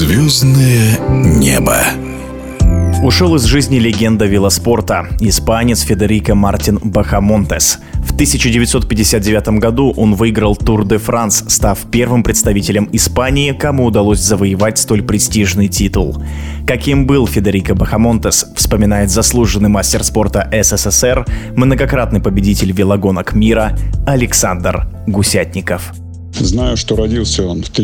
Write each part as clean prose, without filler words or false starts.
Звездное небо. Ушел из жизни легенда велоспорта, испанец Федерико Мартин Бахамонтес. В 1959 году он выиграл Тур де Франс, став первым представителем Испании, кому удалось завоевать столь престижный титул. Каким был Федерико Бахамонтес, вспоминает заслуженный мастер спорта СССР, многократный победитель велогонок мира Александр Гусятников. Знаю, что родился он в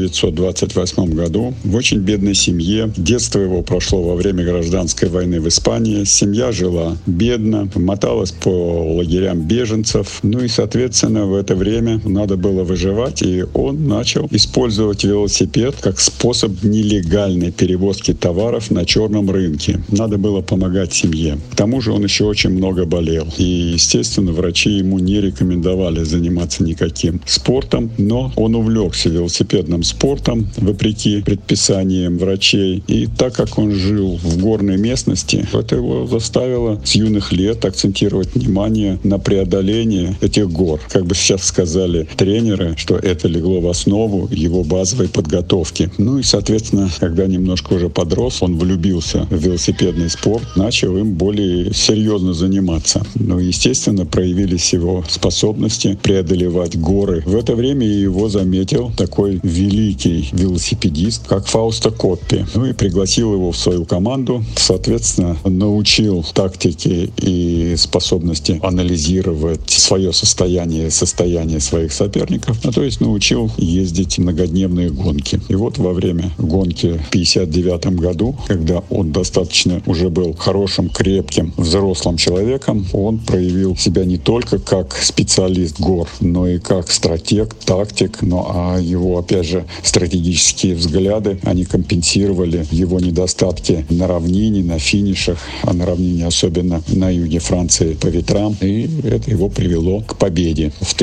1928 году в очень бедной семье. Детство его прошло во время гражданской войны в Испании. Семья жила бедно, моталась по лагерям беженцев. Ну и, соответственно, в это время надо было выживать, и он начал использовать велосипед как способ нелегальной перевозки товаров на черном рынке. Надо было помогать семье. К тому же он еще очень много болел. И, естественно, врачи ему не рекомендовали заниматься никаким спортом. Но он увлекся велосипедным спортом, вопреки предписаниям врачей. И так как он жил в горной местности, это его заставило с юных лет акцентировать внимание на преодолении этих гор. Как бы сейчас сказали тренеры, что это легло в основу его базовой подготовки. Ну и, соответственно, когда немножко уже подрос, он влюбился в велосипедный спорт, начал им более серьезно заниматься. Ну, естественно, проявились его способности преодолевать горы. В это время его заметил такой великий велосипедист, как Фаусто Коппи. Ну и пригласил его в свою команду. Соответственно, научил тактике и способности анализировать свое состояние своих соперников. Ну, то есть научил ездить многодневные гонки. И вот во время гонки в 1959 году, когда он достаточно уже был хорошим, крепким, взрослым человеком, он проявил себя не только как специалист гор, но и как стратег, тактик, а его, опять же, стратегические взгляды, они компенсировали его недостатки на равнине, на финишах, а на равнине особенно на юге Франции по ветрам, и это его привело к победе. В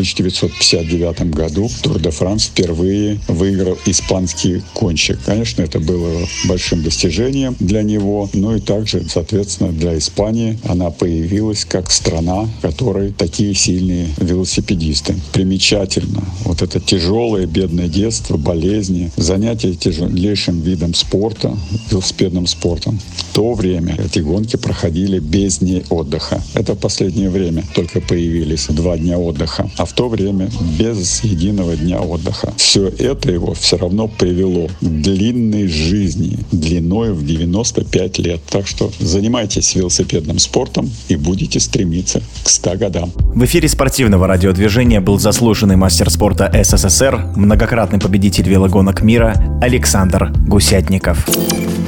1959 году Тур де Франс впервые выиграл испанский гонщик. Конечно, это было большим достижением для него, но и также, соответственно, для Испании она появилась как страна, в которой такие сильные велосипедисты. Примечательно, вот это тяжелое, бедное детство, болезни, занятия тяжелейшим видом спорта, велосипедным спортом. В то время эти гонки проходили без дней отдыха. Это в последнее время только появились 2 дня отдыха. А в то время без единого дня отдыха. Все это его все равно привело к длинной жизни, длиной в 95 лет. Так что занимайтесь велосипедным спортом и будете стремиться к 100 годам. В эфире спортивного радиодвижения был заслуженный мастер спорта СССР, многократный победитель велогонок мира Александр Гусятников.